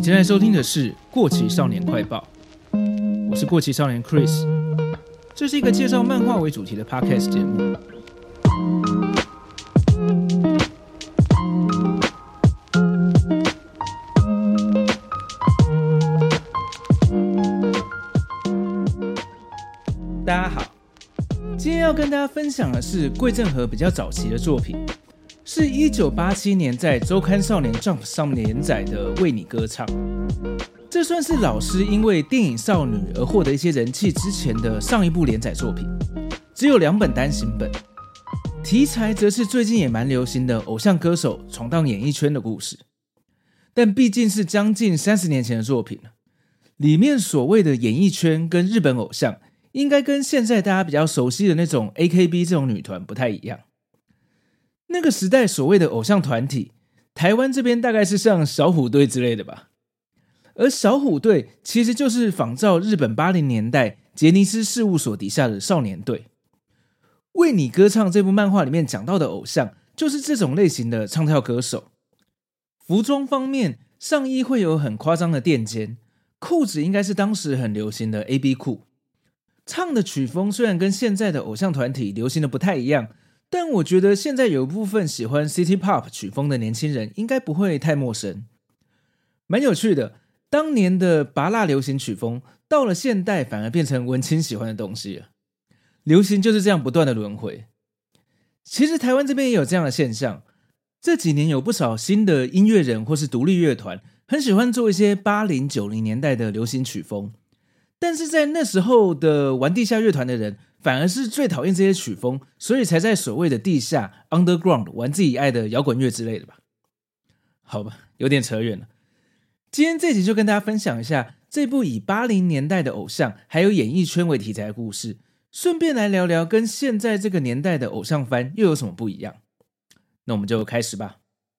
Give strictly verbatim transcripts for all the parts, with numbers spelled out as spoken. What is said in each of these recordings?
正在收听的是《过期少年快报》，我是过期少年 Chris， 这是一个介绍漫画为主题的 Podcast 节目。大家好，今天要跟大家分享的是桂正和比较早期的作品，是一九八七年在周刊少年 Jump 上面连载的《为你歌唱》。这算是老师因为电影少女而获得一些人气之前的上一部连载作品，只有两本单行本，题材则是最近也蛮流行的偶像歌手闯荡演艺圈的故事。但毕竟是将近三十年前的作品，里面所谓的演艺圈跟日本偶像应该跟现在大家比较熟悉的那种 A K B 这种女团不太一样。那个时代所谓的偶像团体，台湾这边大概是像小虎队之类的吧。而小虎队其实就是仿照日本八零年代杰尼斯事务所底下的少年队。为你歌唱这部漫画里面讲到的偶像，就是这种类型的唱跳歌手。服装方面，上衣会有很夸张的垫肩，裤子应该是当时很流行的 A B 裤。唱的曲风虽然跟现在的偶像团体流行的不太一样，但我觉得现在有一部分喜欢 City Pop 曲风的年轻人应该不会太陌生。蛮有趣的，当年的芭乐流行曲风到了现代反而变成文青喜欢的东西了。流行就是这样不断的轮回。其实台湾这边也有这样的现象，这几年有不少新的音乐人或是独立乐团很喜欢做一些八零九零年代的流行曲风，但是在那时候的玩地下乐团的人反而是最讨厌这些曲风，所以才在所谓的地下 underground 玩自己爱的摇滚乐之类的吧。好吧，有点扯远了。今天这集就跟大家分享一下这部以八零年代的偶像还有演艺圈为题材的故事，顺便来聊聊跟现在这个年代的偶像番又有什么不一样。那我们就开始吧。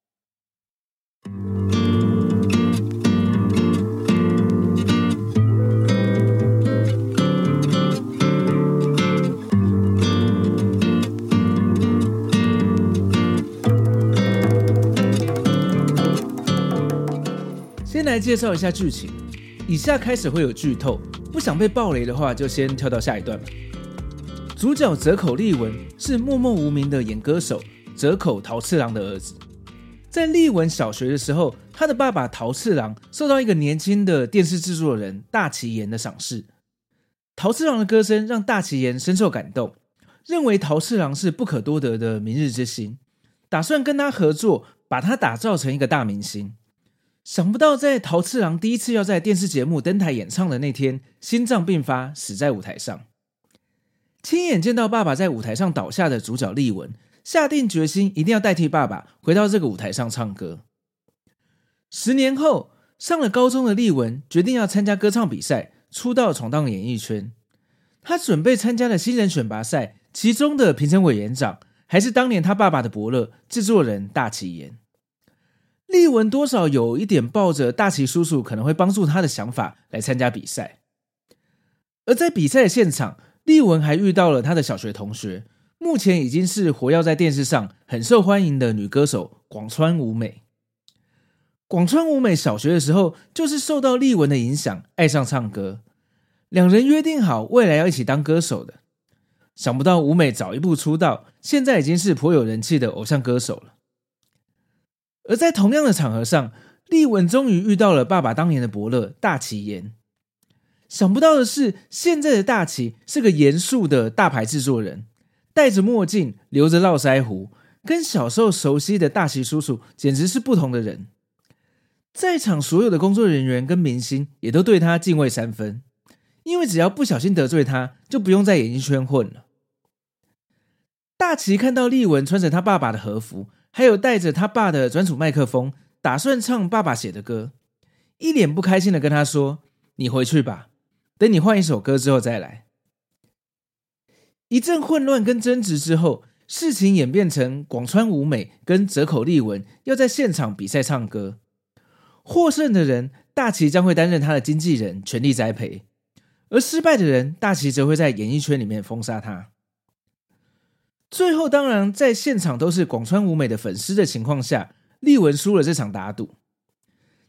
先来介绍一下剧情，以下开始会有剧透，不想被爆雷的话就先跳到下一段吧。主角泽口利文是默默无名的演歌手泽口桃次郎的儿子。在利文小学的时候，他的爸爸桃次郎受到一个年轻的电视制作人大崎岩的赏识。桃次郎的歌声让大崎岩深受感动，认为桃次郎是不可多得的明日之星，打算跟他合作，把他打造成一个大明星。想不到在桃次郎第一次要在电视节目登台演唱的那天，心脏病发，死在舞台上。亲眼见到爸爸在舞台上倒下的主角利文，下定决心一定要代替爸爸回到这个舞台上唱歌。十年后，上了高中的利文决定要参加歌唱比赛，出道闯荡演艺圈。他准备参加的新人选拔赛，其中的评审委员长还是当年他爸爸的伯乐，制作人大崎岩。利文多少有一点抱着大崎叔叔可能会帮助他的想法来参加比赛。而在比赛的现场，利文还遇到了他的小学同学，目前已经是活跃在电视上很受欢迎的女歌手广川舞美。广川舞美小学的时候就是受到利文的影响，爱上唱歌，两人约定好未来要一起当歌手的。想不到舞美早一步出道，现在已经是颇有人气的偶像歌手了。而在同样的场合上，利文终于遇到了爸爸当年的伯乐大崎岩。想不到的是，现在的大崎是个严肃的大牌制作人，戴着墨镜，留着络腮胡，跟小时候熟悉的大崎叔叔简直是不同的人。在场所有的工作人员跟明星也都对他敬畏三分，因为只要不小心得罪他，就不用在演艺圈混了。大崎看到利文穿着他爸爸的和服，还有带着他爸的专属麦克风，打算唱爸爸写的歌，一脸不开心的跟他说：“你回去吧，等你换一首歌之后再来。”一阵混乱跟争执之后，事情演变成广川舞美跟泽口利文要在现场比赛唱歌，获胜的人大崎将会担任他的经纪人，全力栽培，而失败的人大崎则会在演艺圈里面封杀他。最后当然在现场都是广川舞美的粉丝的情况下，利文输了这场打赌。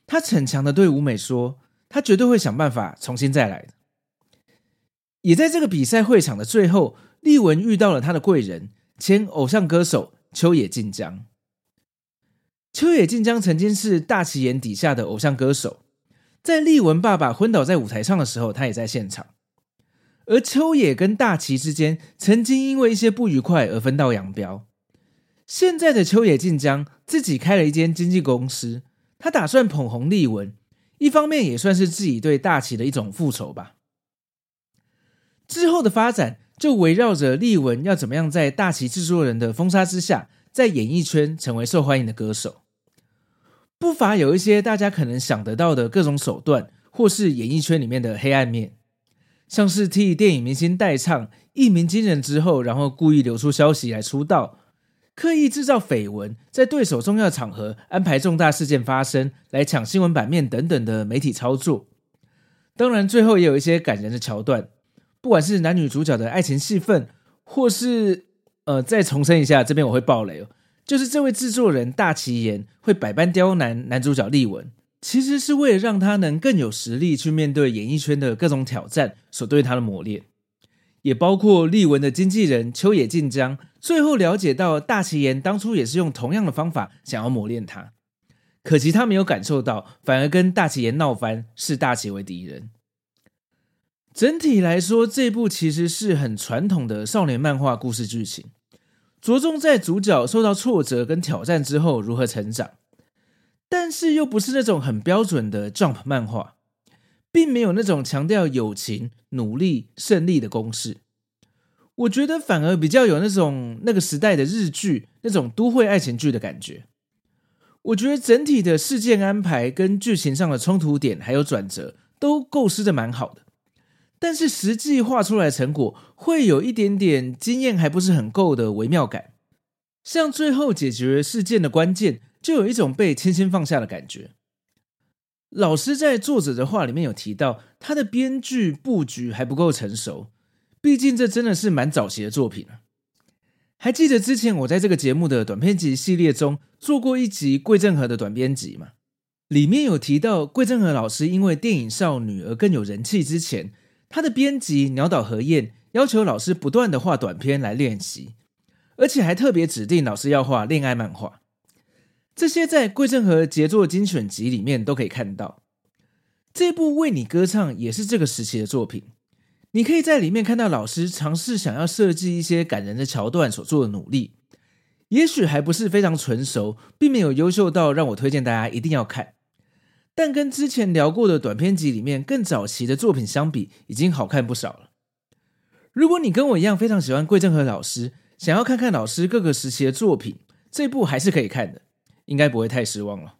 他逞强的对舞美说，他绝对会想办法重新再来的。也在这个比赛会场的最后，丽文遇到了他的贵人，前偶像歌手秋野静江。秋野静江曾经是大崎岩底下的偶像歌手，在丽文爸爸昏倒在舞台上的时候，他也在现场。而秋野跟大崎之间曾经因为一些不愉快而分道扬镳。现在的秋野静江自己开了一间经纪公司，他打算捧红丽文，一方面也算是自己对大崎的一种复仇吧。之后的发展就围绕着丽文要怎么样在大崎制作人的封杀之下，在演艺圈成为受欢迎的歌手。不乏有一些大家可能想得到的各种手段，或是演艺圈里面的黑暗面，像是替电影明星代唱，一鸣惊人之后，然后故意流出消息来出道，刻意制造绯闻，在对手重要场合安排重大事件发生，来抢新闻版面等等的媒体操作。当然最后也有一些感人的桥段，不管是男女主角的爱情戏份，或是呃，再重申一下，这边我会爆雷哦，就是这位制作人大崎岩会百般刁难男主角丽文，其实是为了让他能更有实力去面对演艺圈的各种挑战所对他的磨练。也包括丽文的经纪人秋野静江最后了解到大崎岩当初也是用同样的方法想要磨练他，可惜他没有感受到，反而跟大崎岩闹翻，视大崎为敌人。整体来说，这部其实是很传统的少年漫画故事剧情，着重在主角受到挫折跟挑战之后如何成长，但是又不是那种很标准的 Jump 漫画，并没有那种强调友情、努力、胜利的公式。我觉得反而比较有那种那个时代的日剧，那种都会爱情剧的感觉。我觉得整体的事件安排跟剧情上的冲突点还有转折都构思的蛮好的，但是实际画出来的成果会有一点点经验还不是很够的微妙感，像最后解决事件的关键就有一种被轻轻放下的感觉。老师在作者的话里面有提到，他的编剧布局还不够成熟，毕竟这真的是蛮早期的作品了。还记得之前我在这个节目的短篇集系列中做过一集桂正和的短编集吗？里面有提到桂正和老师因为电影少女而更有人气之前，他的编辑鸟岛和彦要求老师不断的画短篇来练习，而且还特别指定老师要画恋爱漫画。这些在桂正和杰作精选集里面都可以看到。这部为你歌唱也是这个时期的作品，你可以在里面看到老师尝试想要设计一些感人的桥段所做的努力，也许还不是非常纯熟，并没有优秀到让我推荐大家一定要看，但跟之前聊过的短篇集里面更早期的作品相比，已经好看不少了。如果你跟我一样非常喜欢桂正和老师，想要看看老师各个时期的作品，这部还是可以看的，应该不会太失望了。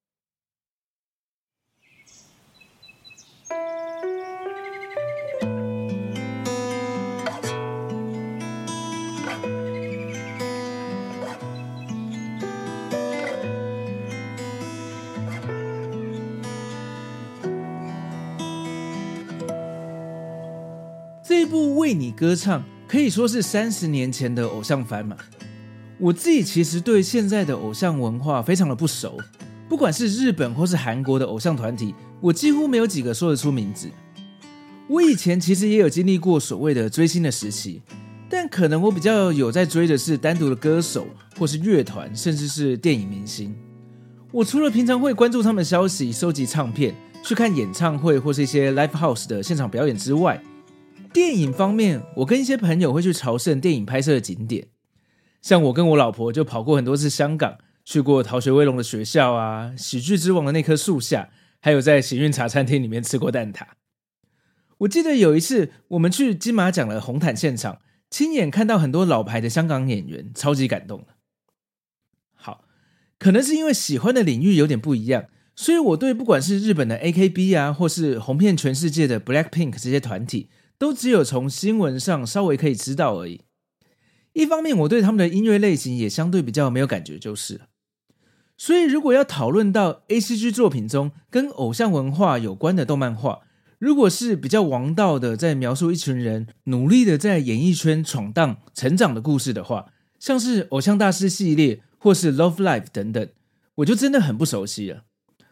这一部为你歌唱可以说是三十年前的偶像番嘛。我自己其实对现在的偶像文化非常的不熟，不管是日本或是韩国的偶像团体，我几乎没有几个说得出名字。我以前其实也有经历过所谓的追星的时期，但可能我比较有在追的是单独的歌手或是乐团，甚至是电影明星。我除了平常会关注他们的消息，收集唱片，去看演唱会或是一些 live house 的现场表演之外，电影方面我跟一些朋友会去朝圣电影拍摄的景点，像我跟我老婆就跑过很多次香港，去过逃学威龙的学校啊，喜剧之王的那棵树下，还有在喜运茶餐厅里面吃过蛋挞。我记得有一次我们去金马奖的红毯现场，亲眼看到很多老牌的香港演员，超级感动的。好，可能是因为喜欢的领域有点不一样，所以我对不管是日本的 A K B 啊，或是红遍全世界的 Blackpink 这些团体，都只有从新闻上稍微可以知道而已。一方面我对他们的音乐类型也相对比较没有感觉就是了。所以如果要讨论到 A C G 作品中跟偶像文化有关的动漫画，如果是比较王道的在描述一群人努力的在演艺圈闯荡成长的故事的话，像是偶像大师系列或是 Love Live 等等，我就真的很不熟悉了。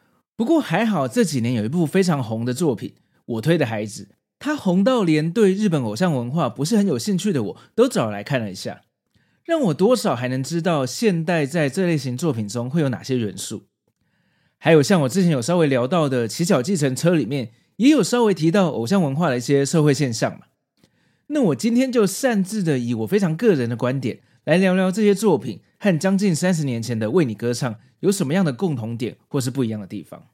不过还好这几年有一部非常红的作品《我推的孩子》，它红到连对日本偶像文化不是很有兴趣的我都找来看了一下，让我多少还能知道现代在这类型作品中会有哪些元素。还有像我之前有稍微聊到的《乞巧计程车》里面也有稍微提到偶像文化的一些社会现象嘛。那我今天就擅自的以我非常个人的观点来聊聊这些作品和将近三十年前的为你歌唱有什么样的共同点或是不一样的地方。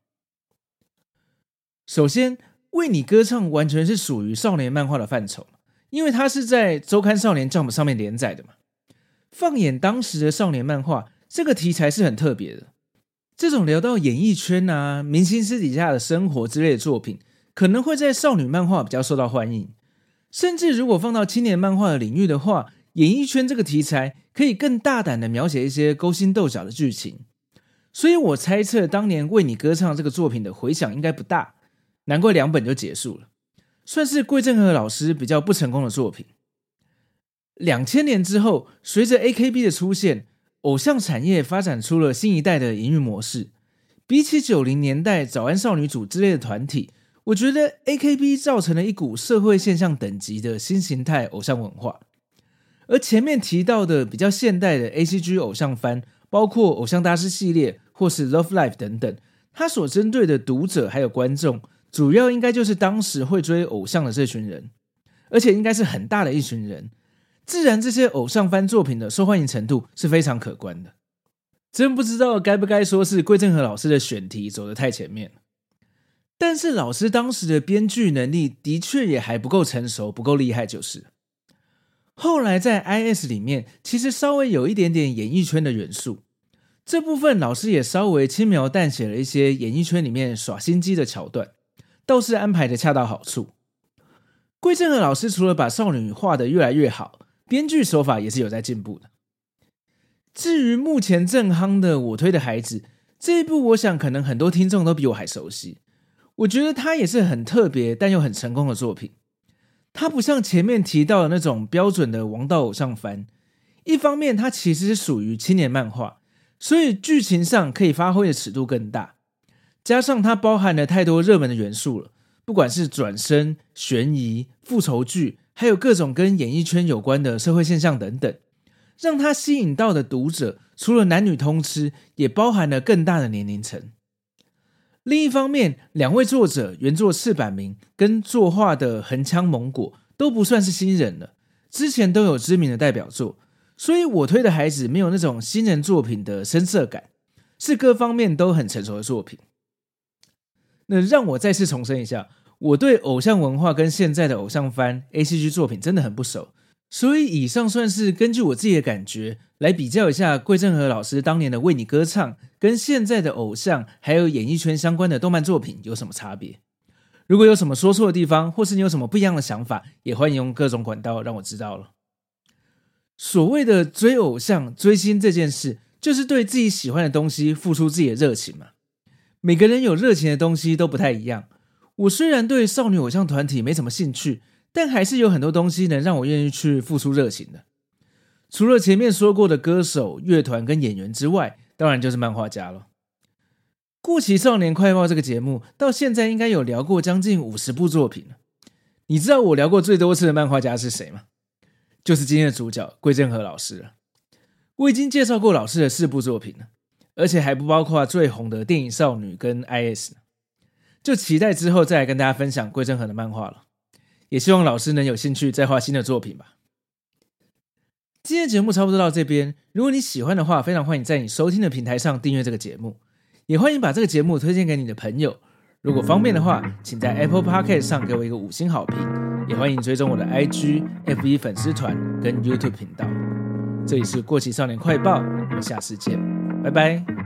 首先，为你歌唱完全是属于少年漫画的范畴，因为它是在周刊少年 Jump 上面连载的嘛。放眼当时的少年漫画，这个题材是很特别的。这种聊到演艺圈啊、明星私底下的生活之类的作品，可能会在少女漫画比较受到欢迎。甚至如果放到青年漫画的领域的话，演艺圈这个题材可以更大胆的描写一些勾心斗角的剧情。所以我猜测当年为你歌唱这个作品的回响应该不大，难怪两本就结束了，算是桂正和老师比较不成功的作品。两千年之后，随着 A K B 的出现，偶像产业发展出了新一代的营运模式。比起九零年代早安少女组之类的团体，我觉得 A K B 造成了一股社会现象等级的新形态偶像文化。而前面提到的比较现代的 A C G 偶像番，包括偶像大师系列或是 Love Live 等等，它所针对的读者还有观众，主要应该就是当时会追偶像的这群人，而且应该是很大的一群人。自然这些偶像番作品的受欢迎程度是非常可观的。真不知道该不该说是桂正和老师的选题走得太前面了。但是老师当时的编剧能力的确也还不够成熟，不够厉害就是。后来在 I S 里面其实稍微有一点点演艺圈的元素，这部分老师也稍微轻描淡写了一些演艺圈里面耍心机的桥段，倒是安排的恰到好处。桂正和老师除了把少女画得越来越好，编剧手法也是有在进步的。至于目前正夯的我推的孩子，这一部我想可能很多听众都比我还熟悉。我觉得它也是很特别但又很成功的作品。它不像前面提到的那种标准的王道偶像番，一方面它其实是属于青年漫画，所以剧情上可以发挥的尺度更大，加上它包含了太多热门的元素了，不管是转身、悬疑、复仇剧，还有各种跟演艺圈有关的社会现象等等，让它吸引到的读者除了男女通吃，也包含了更大的年龄层。另一方面，两位作者原作赤坂明跟作画的横枪蒙果都不算是新人了，之前都有知名的代表作，所以我推的孩子没有那种新人作品的生涩感，是各方面都很成熟的作品。那让我再次重申一下，我对偶像文化跟现在的偶像番 A C G 作品真的很不熟，所以以上算是根据我自己的感觉来比较一下桂正和老师当年的为你歌唱跟现在的偶像还有演艺圈相关的动漫作品有什么差别。如果有什么说错的地方，或是你有什么不一样的想法，也欢迎用各种管道让我知道了。所谓的追偶像追星这件事，就是对自己喜欢的东西付出自己的热情嘛。每个人有热情的东西都不太一样，我虽然对少女偶像团体没什么兴趣，但还是有很多东西能让我愿意去付出热情的。除了前面说过的歌手、乐团跟演员之外，当然就是漫画家了。过期少年快报这个节目到现在应该有聊过将近五十部作品了。你知道我聊过最多次的漫画家是谁吗？就是今天的主角桂正和老师了。我已经介绍过老师的四部作品了，而且还不包括最红的电影少女跟 I S， 就期待之后再来跟大家分享桂正和的漫画了。也希望老师能有兴趣再画新的作品吧。今天的节目差不多到这边，如果你喜欢的话，非常欢迎在你收听的平台上订阅这个节目，也欢迎把这个节目推荐给你的朋友。如果方便的话，请在 Apple Podcast 上给我一个五星好评，也欢迎追踪我的 I G、F B 粉丝团跟 YouTube 频道。这里是过期少年快报，我们下次见，拜拜。